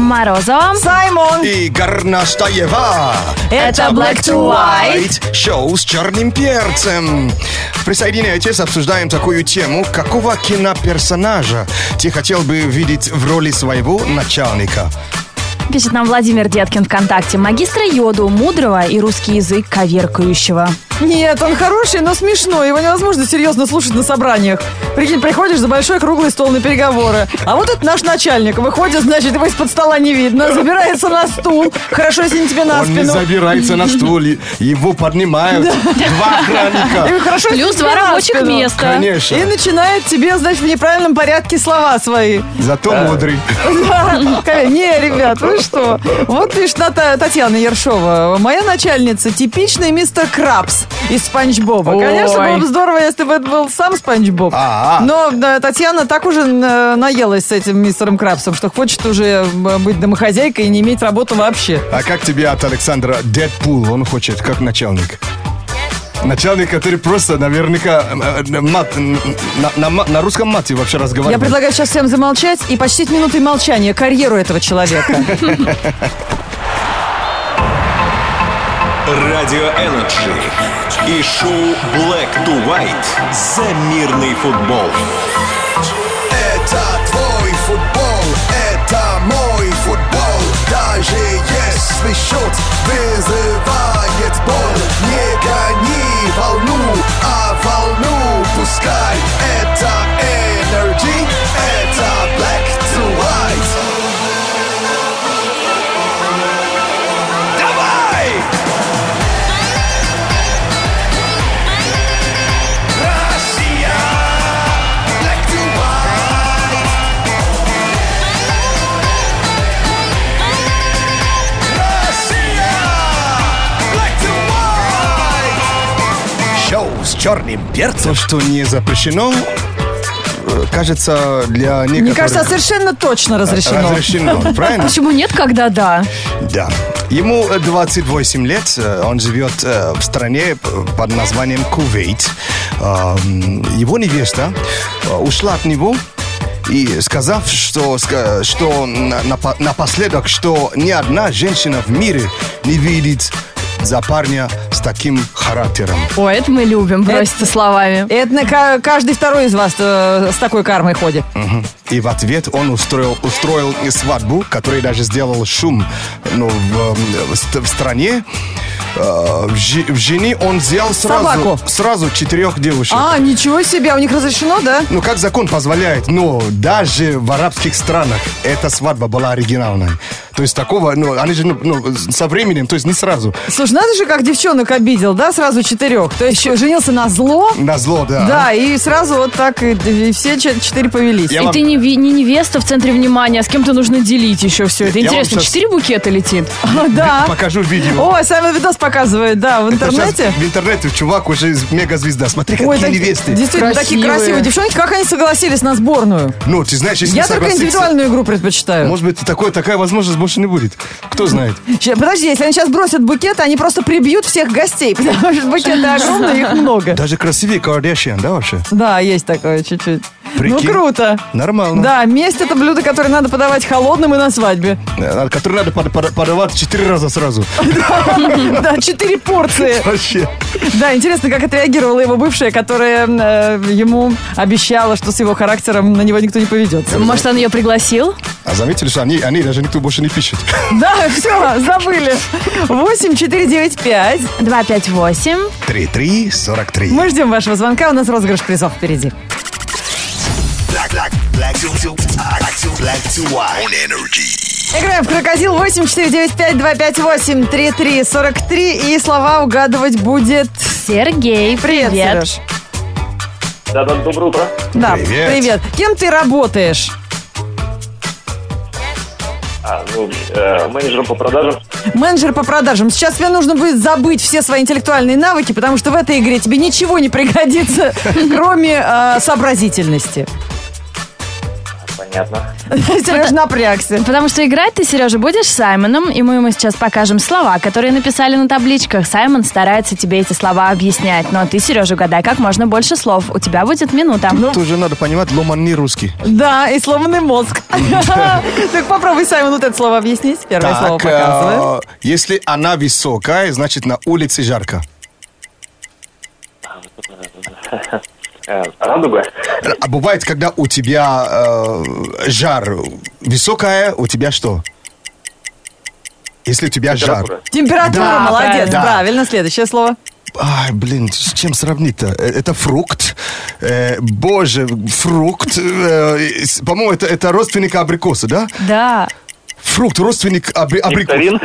Морозова, Саймон и Горностаева. Это Black to White. Шоу с черным перцем. Присоединяйтесь, обсуждаем такую тему. Какого киноперсонажа ты хотел бы видеть в роли своего начальника? пишет нам Владимир Деткин ВКонтакте. Магистра Йоду, мудрого и русский язык коверкающего. Нет, он хороший, но смешной. Его невозможно серьезно слушать на собраниях. Прикинь, приходишь за большой круглый стол на переговоры. А вот это наш начальник. Выходит, значит, его из-под стола не видно. Забирается на стул. Хорошо, если не тебе на спину. Он не забирается на стул. Его поднимают. Два охранника. Хорошо, плюс два рабочих места. Конечно. И начинает тебе, значит, в неправильном порядке слова свои. Зато мудрый. Не, ребят, вы что? Вот пишет Татьяна Ершова. Моя начальница типичный мистер Крабс из Спанч Боба. Конечно, было бы здорово, если бы это был сам Спанч Боб. Но Татьяна так уже наелась с этим мистером Крабсом, что хочет уже быть домохозяйкой и не иметь работу вообще. А как тебе от Александра Дэдпул? Он хочет, как начальник. Начальник, который просто наверняка на русском мате вообще разговаривает. Я предлагаю сейчас всем замолчать и почтить минутой молчания карьеру этого человека. Радио Энерджи и шоу Black to White за мирный футбол. Это твой футбол, это мой футбол. Даже если счет вызывает боль, не гони волну, а волну пускай. Это Energy, это Black to White. Давай! Россия! Black to White. Россия! Black to White. Шоу с черным перцем. То, что не запрещено, кажется, для некоторых... Мне кажется, совершенно точно разрешено. Разрешено, правильно? Почему нет, когда да? Да. Ему 28 лет, он живет в стране под названием Кувейт. Его невеста ушла от него и сказав, что напоследок, что ни одна женщина в мире не видит за парня с таким характером. О, это мы любим, броситься словами. Это каждый второй из вас с такой кармой ходит. И в ответ он устроил свадьбу, который даже сделал шум в стране. В жене он взял сразу 4 девушек. Ничего себе, у них разрешено, да? Ну, как закон позволяет, но даже в арабских странах эта свадьба была оригинальной. То есть такого, они же со временем, то есть не сразу. Слушай, надо же, как девчонок обидел, да, сразу 4. То есть женился на зло. На зло, да. Да, и сразу вот так и все 4 повелись. И ты не невеста в центре внимания, а с кем-то нужно делить еще все это. Интересно, 4 букета летит? Да. Покажу видео. Ой, Саймон видос показывает, да, в интернете. В интернете чувак уже мега-звезда. Смотри, какие невесты. Действительно, такие красивые девчонки. Как они согласились на сборную? Ну, ты знаешь, если я только индивидуальную игру предпочитаю. Может быть, такая возможность больше не будет. Кто знает. Подожди, если они сейчас бросят букеты, они просто прибьют всех гостей, потому что букеты огромные, их много. Даже красивее Кардашьян, да, вообще? Да, есть такое чуть-чуть. Прикинь? Ну, круто. Нормально. Да, месть — это блюдо, которое надо подавать холодным и на свадьбе. Которое надо подавать 4 раза сразу. Да, 4 порции. Вообще. Да, интересно, как отреагировала его бывшая, которая ему обещала, что с его характером на него никто не поведется. Может, он ее пригласил? А заметили, что они даже никто больше не пишет. Да, все, забыли. 8-495-258-33-43. Мы ждем вашего звонка, у нас розыгрыш призов впереди. Black to White on Energy. Играем в «Крокодил». 8-495-258-33-43. И слова угадывать будет... Сергей, привет. Сереж. Да, доброе утро. Да, Привет. привет. Кем ты работаешь? Менеджером по продажам. Менеджер по продажам. Сейчас тебе нужно будет забыть все свои интеллектуальные навыки, потому что в этой игре тебе ничего не пригодится, кроме сообразительности. Понятно. Сереж напрягся. Потому что играть ты, Сережа, будешь с Саймоном, и мы ему сейчас покажем слова, которые написали на табличках. Саймон старается тебе эти слова объяснять, но ты, Сережа, угадай как можно больше слов. У тебя будет минута. Тоже надо понимать ломаный русский. Да, и сломанный мозг. Так попробуй, Саймон, вот это слово объяснить. Первое слово показывай. Если она высокая, значит на улице жарко. Радуга. А бывает, когда у тебя жар высокая, у тебя что? Если у тебя жар. Температура, Да, молодец. да. Правильно, следующее слово. Ай, блин, с чем сравнить-то? Это фрукт. Боже, фрукт. По-моему, это родственник абрикоса, да? Да. Фрукт, родственник абрикоса. Нектарин.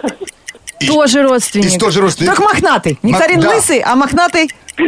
Тоже родственник. Тоже родственник. Только мохнатый. Нектарин Да. лысый, а мохнатый...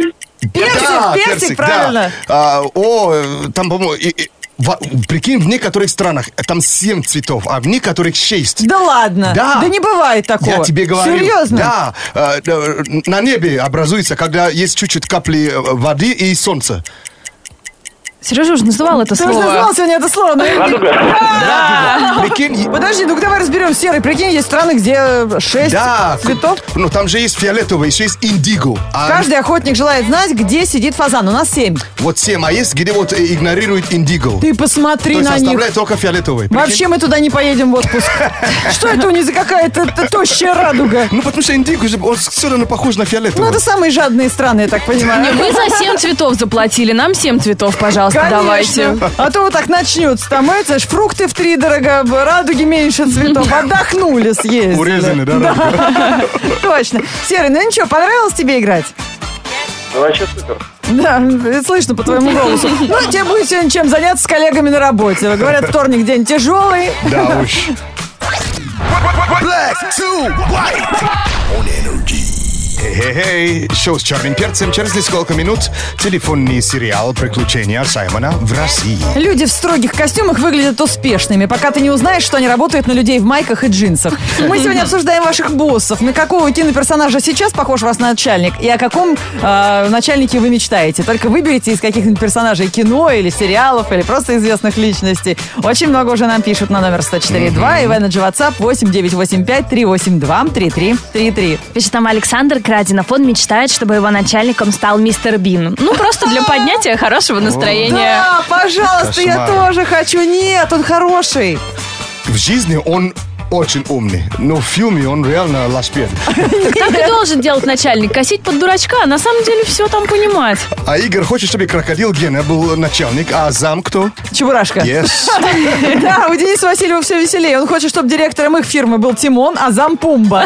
Персик, правильно. Да. Там, по-моему, прикинь, в некоторых странах там 7 цветов, а в некоторых 6. Да ладно? Да. Да не бывает такого. Я тебе говорю. Серьезно? Да. На небе образуется, когда есть чуть-чуть капли воды и солнца. Сережа уже называл это Ты уже слово. назвал сегодня это слово. Радуга. Да. Прикинь, Подожди, ну давай разберем. Серый, прикинь, есть страны, где 6 да, цветов. Ну, там же есть фиолетовый, еще есть индиго. А Каждый охотник желает знать, где сидит фазан. У нас 7. вот 7, а есть, где вот игнорируют индиго. Ты посмотри То есть на них. оставляют только фиолетовый. Прикинь? Вообще мы туда не поедем в отпуск. Что это у них за какая-то тощая радуга? Ну, потому что индиго же, он все равно похож на фиолетовый. Ну, это самые жадные страны, я так понимаю. Мы за 7 цветов заплатили, нам 7 цветов, пожалуйста, давайте. А то вот так начнется. Там, это ж фрукты втридорого, радуги меньше цветов. Отдохнули, съездили. Урезаны, да? Точно. Серый, ну ничего, понравилось тебе играть? Ну, вообще супер. Да, это слышно по твоему голосу. Ну, тебе будет сегодня чем заняться с коллегами на работе. Говорят, вторник день тяжелый. Да уж. Black to white on energy. Хей-хей-хей, шоу с черным перцем. Через несколько минут телефонный сериал «Приключения Саймона в России». Люди в строгих костюмах выглядят успешными, пока ты не узнаешь, что они работают на людей в майках и джинсах. Мы сегодня обсуждаем ваших боссов. На какого киноперсонажа сейчас похож ваш начальник? И о каком начальнике вы мечтаете? Только выберите из каких-нибудь персонажей кино или сериалов, или просто известных личностей. Очень много уже нам пишут на номер 104.2 и в Energy WhatsApp 8985-382-3333. Пишет там Александр Крадинов. Он мечтает, чтобы его начальником стал мистер Бин. Ну, просто для поднятия хорошего настроения. Да, пожалуйста, я Кошмар. тоже хочу. Нет, он хороший. В жизни он очень умный, но в фильме он реально лошпед. Так и должен делать начальник. Косить под дурачка, а на самом деле все там понимать. А Игорь хочет, чтобы крокодил Гена был начальник, а зам кто? Чебурашка. Yes. Да, у Дениса Васильева все веселее. Он хочет, чтобы директором их фирмы был Тимон, а зам Пумба.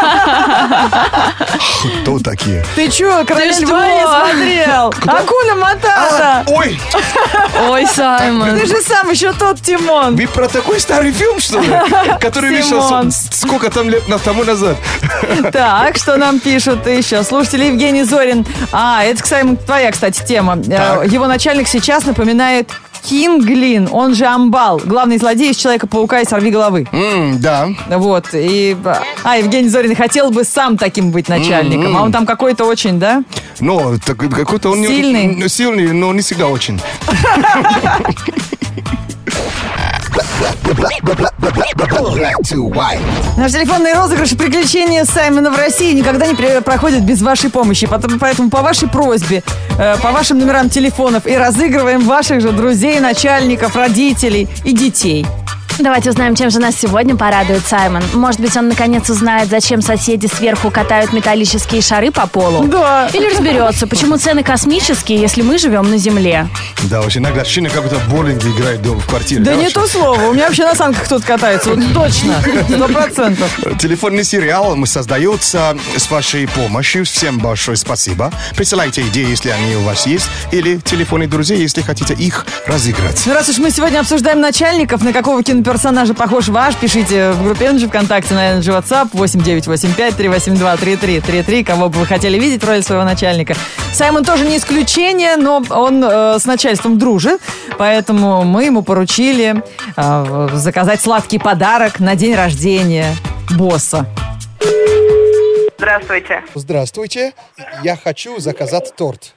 Кто такие? Ты че, Король что? Льва не смотрел? Акуна Матата. Ой, Ой, Саймон. Ты же сам еще тот Тимон. вы про такой старый фильм, что ли? Который вышел Симон. сколько там лет тому назад? Так, что нам пишут еще? Слушатели, Евгений Зорин. Это, Саймон, твоя, кстати, тема. Так. Его начальник сейчас напоминает Кинглин, он же Амбал, главный злодей из Человека-паука и Сорвиголовы. Да. Вот, и... Евгений Зорин хотел бы сам таким быть начальником, а он там какой-то очень, да? Но какой-то он Сильный. сильный, но не всегда очень. Black to white. Наш телефонный розыгрыш и приключения Саймона в России никогда не проходят без вашей помощи. Поэтому по вашей просьбе, по вашим номерам телефонов и разыгрываем ваших же друзей, начальников, родителей и детей. Давайте узнаем, чем же нас сегодня порадует Саймон. Может быть, он наконец узнает, зачем соседи сверху катают металлические шары по полу. Да. Или разберется, почему цены космические, если мы живем на Земле. Да, очень иногда ощущение, как будто в боулинге играет дома в квартире. Да не вообще? то слово. У меня вообще на санках кто-то катается. Вот точно. 100%. Телефонный сериал создается с вашей помощью. Всем большое спасибо. Присылайте идеи, если они у вас есть, или телефоны друзей, если хотите их разыграть. Ну, раз уж мы сегодня обсуждаем начальников, на какого киноперсонажа похож ваш, пишите в группе Energy ВКонтакте на Energy WhatsApp 8985-382-3333, кого бы вы хотели видеть в роли своего начальника. Саймон тоже не исключение, но он с начальством дружит, поэтому мы ему поручили заказать сладкий подарок на день рождения босса. Здравствуйте. Здравствуйте. Я хочу заказать торт.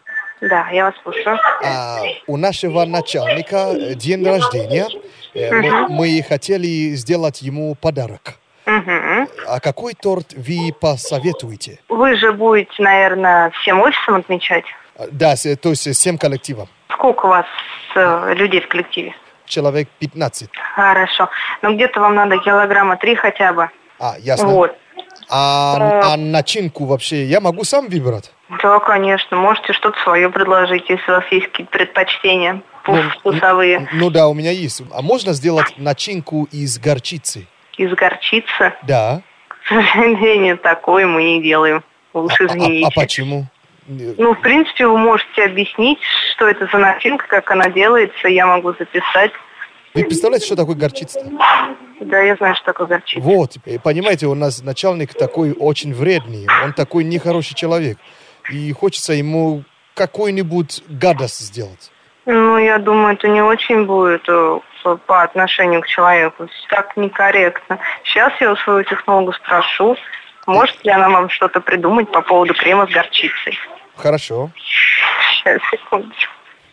Да, я вас слушаю. У нашего начальника день рождения. Мы хотели сделать ему подарок. А какой торт вы посоветуете? Вы же будете, наверное, всем офисом отмечать? Да, то есть всем коллективом. Сколько у вас людей в коллективе? Человек 15. Хорошо. Ну, где-то вам надо килограмма 3 хотя бы. Ясно. Вот. А начинку вообще я могу сам выбрать? Да, конечно. Можете что-то свое предложить, если у вас есть какие-то предпочтения вкусовые. Ну да, у меня есть. А можно сделать начинку из горчицы? Из горчицы? Да. К сожалению, такое мы не делаем. Уж извините. А почему? Ну, в принципе, вы можете объяснить, что это за начинка, как она делается, я могу записать. Вы представляете, что такое горчица? Да, я знаю, что такое горчица. Вот, понимаете, у нас начальник такой очень вредный, он такой нехороший человек. И хочется ему какую-нибудь гадость сделать. Ну, я думаю, это не очень будет по отношению к человеку. Так некорректно. Сейчас я у своего технолога спрошу, может ли она вам что-то придумать по поводу крема с горчицей. Хорошо. Сейчас, секундочку.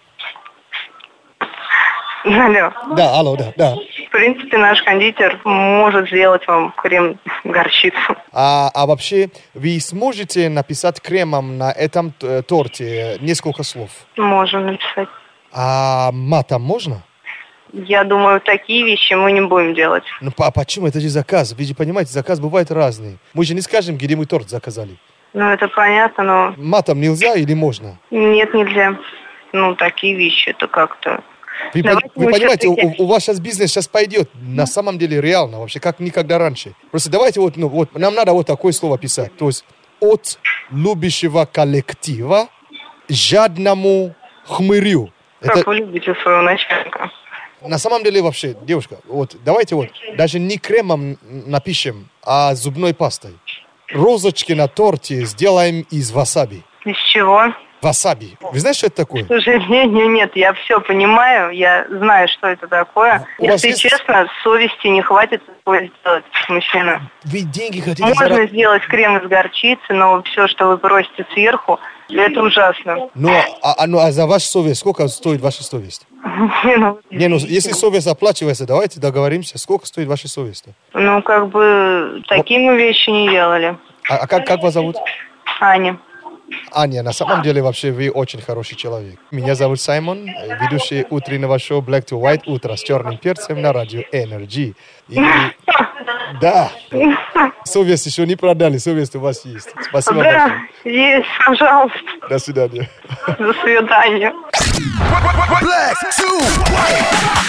Алло. Да, алло, да. В принципе, наш кондитер может сделать вам крем с горчицей. А вообще, вы сможете написать кремом на этом торте несколько слов? Можем написать. А матом можно? Я думаю, такие вещи мы не будем делать. Ну, почему? Это же заказ. Вы же понимаете, заказ бывает разный. Мы же не скажем, где мы торт заказали. Ну, это понятно, но... Матом нельзя или можно? Нет, нельзя. Ну, такие вещи, это как-то... Вы понимаете, у вас сейчас бизнес сейчас пойдет. На самом деле реально, вообще, как никогда раньше. Просто давайте нам надо вот такое слово писать. То есть, от любящего коллектива жадному хмырю. Как вы любите своего начальника? На самом деле вообще, девушка, давайте даже не кремом напишем, а зубной пастой. Розочки на торте сделаем из васаби. Из чего? Васаби. Вы знаете, что это такое? К сожалению, нет. Я все понимаю. Я знаю, что это такое. Если честно, совести не хватит такое сделать, мужчина. Вы деньги хотите Можно сделать крем из горчицы, но все, что вы просите сверху, это ужасно. А за вашу совесть, сколько стоит ваша совесть? Если совесть оплачивается, давайте договоримся, сколько стоит ваша совесть? Ну, такие мы вещи не делали. А как вас зовут? Аня. Аня, на самом деле вообще вы очень хороший человек. Меня зовут Саймон, ведущий утреннего шоу Black to White «Утро с черным перцем» на радио Energy. Да, совесть еще не продали, совесть у вас есть. Спасибо большое. Да, есть, пожалуйста. До свидания. До свидания. Black to white.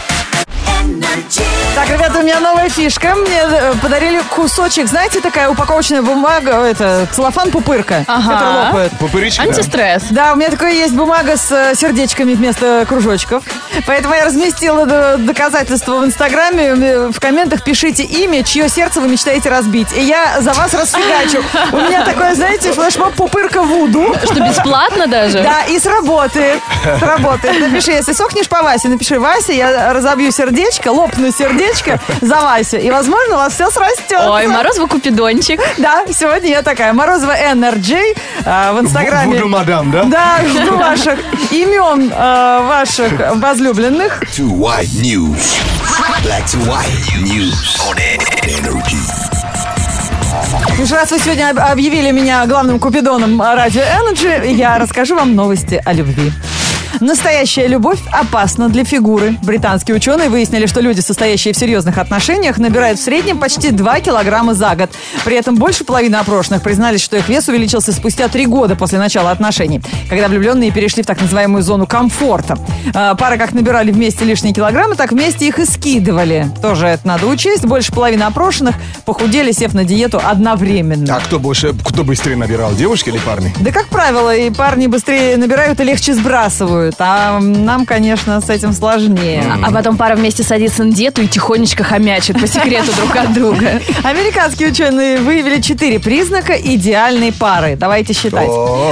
Так, ребята, у меня новая фишка. Мне подарили кусочек, знаете, такая упаковочная бумага, целлофан-пупырка, который лопает. Пупыричка? Антистресс. Да, у меня такое есть бумага с сердечками вместо кружочков. Поэтому я разместила доказательства в Инстаграме. В комментах пишите имя, чье сердце вы мечтаете разбить. И я за вас расфигачу. У меня такое, знаете, флешмоб пупырка Вуду. Что, бесплатно даже? Да, и сработает. Напиши, если сохнешь по Васе, напиши: Вася, я разобью сердечко, лопну сердечко за Васю. И, возможно, у вас все срастется. Ой, Морозова Купидончик. Да, сегодня я такая. Морозова Energy в Инстаграме. Вуду мадам, да? Да, жду ваших имен, ваших возлюбленных. To white news. Black to white news on Energy. Раз вы сегодня объявили меня главным купидоном радио Energy, я расскажу вам новости о любви. Настоящая любовь опасна для фигуры. Британские ученые выяснили, что люди, состоящие в серьезных отношениях, набирают в среднем почти 2 килограмма за год. При этом больше половины опрошенных признались, что их вес увеличился спустя 3 года после начала отношений, когда влюбленные перешли в так называемую зону комфорта. Пары как набирали вместе лишние килограммы, так вместе их и скидывали. Тоже это надо учесть. Больше половины опрошенных похудели, сев на диету одновременно. А кто быстрее набирал, девушки или парни? Да, как правило, и парни быстрее набирают и легче сбрасывают. планируют. А нам, конечно, с этим сложнее. А потом пара вместе садится на диету и тихонечко хомячит по секрету друг от друга. Американские ученые выявили 4 признака идеальной пары. Давайте считать.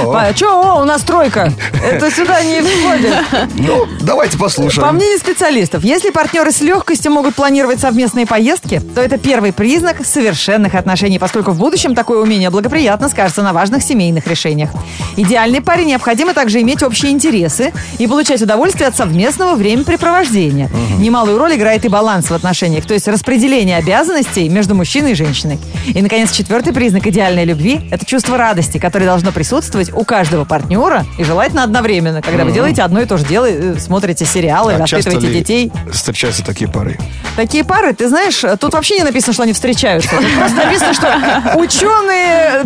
У нас тройка. Это сюда не входит. Ну, давайте послушаем. По мнению специалистов, если партнеры с легкостью могут планировать совместные поездки, то это первый признак совершенных отношений, поскольку в будущем такое умение благоприятно скажется на важных семейных решениях. Идеальной паре необходимо также иметь общие интересы и получать удовольствие от совместного времяпрепровождения. Немалую роль играет и баланс в отношениях, то есть распределение обязанностей между мужчиной и женщиной. И, наконец, 4-й признак идеальной любви – это чувство радости, которое должно присутствовать у каждого партнера и желательно одновременно, когда вы делаете одно и то же дело, смотрите сериалы, воспитываете детей. Встречаются такие пары? Такие пары, ты знаешь, тут вообще не написано, что они встречаются. Тут просто написано, что ученые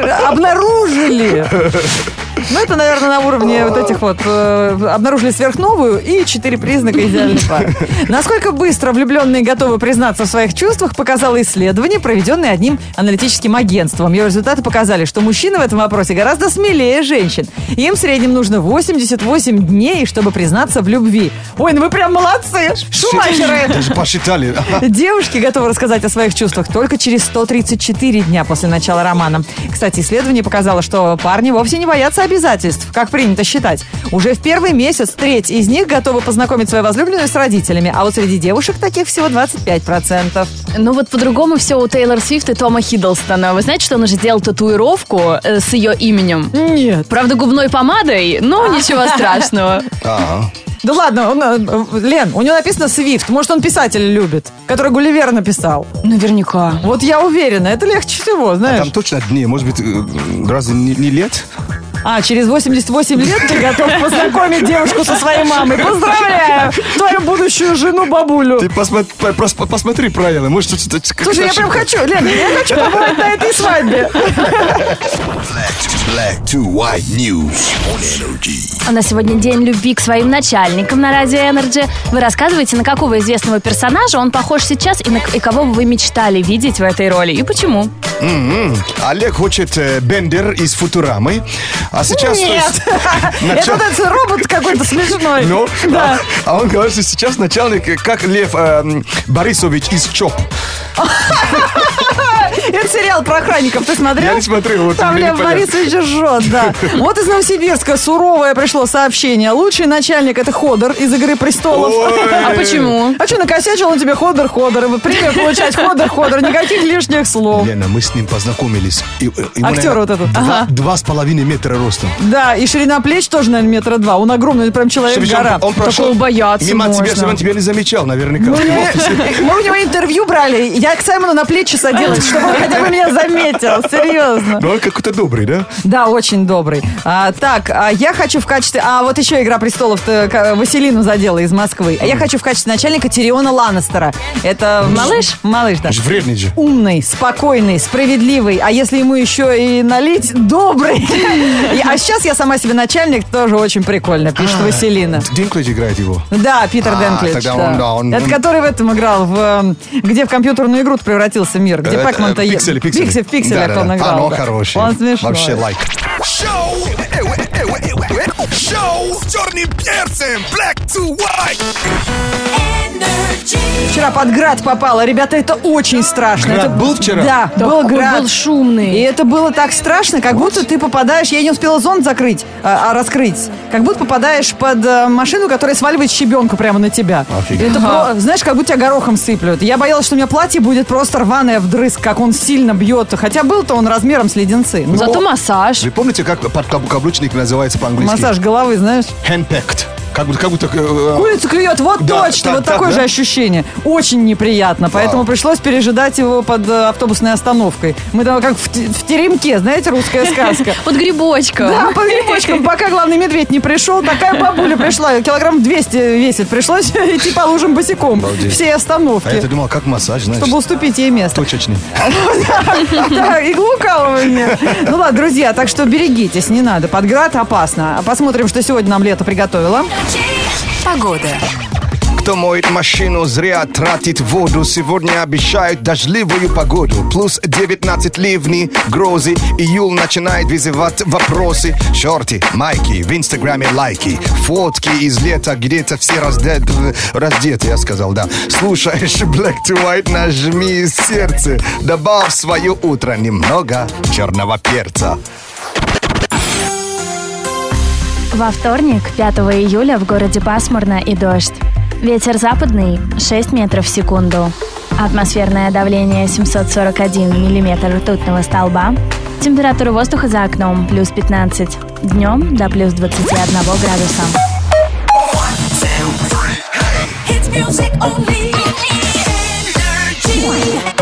обнаружили. Ну, это, наверное, на уровне вот этих вот обнаружили сверхновую и 4 признака идеальной пары. Насколько быстро влюбленные готовы признаться в своих чувствах, показало исследование, проведенное одним аналитическим агентством. Его результаты показали, что мужчины в этом вопросе гораздо смелее женщин. Им в среднем нужно 88 дней, чтобы признаться в любви. Ой, ну вы прям молодцы! Шумахеры! Даже посчитали. Девушки готовы рассказать о своих чувствах только через 134 дня после начала романа. Кстати, исследование показало, что парни вовсе не боятся обязательств, как принято считать. Уже в первый месяц треть из них готовы познакомить свою возлюбленную с родителями, а вот среди девушек таких всего 25%. Ну вот по-другому все у Тейлор Свифт и Тома Хиддлстона. Вы знаете, что он уже сделал татуировку с ее именем? Нет. Правда, губной помадой, но ничего страшного. Да ладно, Лен, у него написано Свифт. Может, он писателя любит, который Гулливер написал. Наверняка. Вот я уверена, это легче всего, знаешь. Там точно дни, может быть, разве не лет? Через 88 лет ты готов познакомить девушку со своей мамой. Поздравляю! Твою будущую жену бабулю. Ты посмотри правила. Может, слушай, я прям хочу, Лен, я хочу побывать на этой свадьбе. Black to white news on Energy. У нас сегодня день любви к своим начальникам на радио Energy. Вы рассказываете, на какого известного персонажа он похож сейчас и кого бы вы мечтали видеть в этой роли и почему? Олег хочет Бендер из Футурамы. А сейчас... Нет, это робот какой-то смешной. Ну, да. А он говорит, что сейчас начальник, как Лев Борисович из ЧОП. Это сериал про охранников, ты смотрел? Я не смотрел. Вот там Лев Борисович жжет, да. Вот из Новосибирска суровое пришло сообщение. Лучший начальник — это Ходор из «Игры престолов». А почему? А что, накосячил он тебе Ходор? Премию получать Ходор. Никаких лишних слов. Лена, мы с ним познакомились. Актер вот этот. 2,5 метра ростом. Да, и ширина плеч тоже, наверное, 2 метра. Он огромный, прям человек-гора. Он прошел такого бояться мимо можно. тебя, чтобы он тебя не замечал, наверняка. Мы у него интервью брали. Я к Саймону на плечи садилась, чтобы он хотя бы меня заметил. Серьезно. Ну, он какой-то добрый, да? Да, очень добрый. Я хочу в качестве... вот еще «Игра престолов» Василину задела из Москвы. Я хочу в качестве начальника Тириона Ланнестера. Это малыш? Малыш, да. Вредный же. Умный, спокойный, справедливый. А если ему еще и налить, добрый. А сейчас я сама себе начальник, тоже очень прикольно, пишет Василина. Динклэдж играет его? Да, Питер Динклэдж. Тогда он... Это который в этом играл, где в компьютерную игру превратился мир, где Пэкман-то есть. Пиксели. В пикселях он играл. Он хороший. Он смешной. Вообще лайк. Шоу с черным перцем. Black to white. Вчера под град попало. Ребята, это очень страшно. Град был вчера? Да, был град. Он был шумный. И это было так страшно, как будто ты попадаешь... Я не успела зонт закрыть, раскрыть. Как будто попадаешь под машину, которая сваливает щебенку прямо на тебя. Это, знаешь, как будто тебя горохом сыплют. Я боялась, что у меня платье будет просто рваное вдрызг, как он сильно бьет. Хотя был-то он размером с леденцы. Зато массаж. Вы помните, как подкаблучник называется по-английски? Массаж головы, знаешь? Handpacked. Как будто курица клюет, вот да, точно, вот так, такое да? же ощущение. Очень неприятно, поэтому пришлось пережидать его под автобусной остановкой. Мы там как в теремке, знаете, русская сказка. Под грибочком. Да, под грибочком, пока главный медведь не пришел, такая бабуля пришла, килограмм 200 весит, пришлось идти по лужам босиком. Все остановки. А я думал, как массаж, знаешь. Чтобы уступить ей место. Точечный. Да, иглукалывание. Ну ладно, друзья, так что берегитесь, не надо. Под град опасно. Посмотрим, что сегодня нам лето приготовило. Погода. Кто моет машину, зря тратит воду. Сегодня обещают дождливую погоду. Плюс 19 ливней, грозы. Июль начинает вызывать вопросы. Шорты, майки, в инстаграме лайки. Фотки из лета, где-то все раздеты, я сказал, да. Слушаешь Black to White, нажми сердце. Добавь в свое утро немного черного перца. Во вторник, 5 июля, в городе пасмурно и дождь. Ветер западный 6 метров в секунду. Атмосферное давление 741 миллиметр ртутного столба. Температура воздуха за окном плюс 15. Днем до плюс 21 градуса. It's music only. Energy.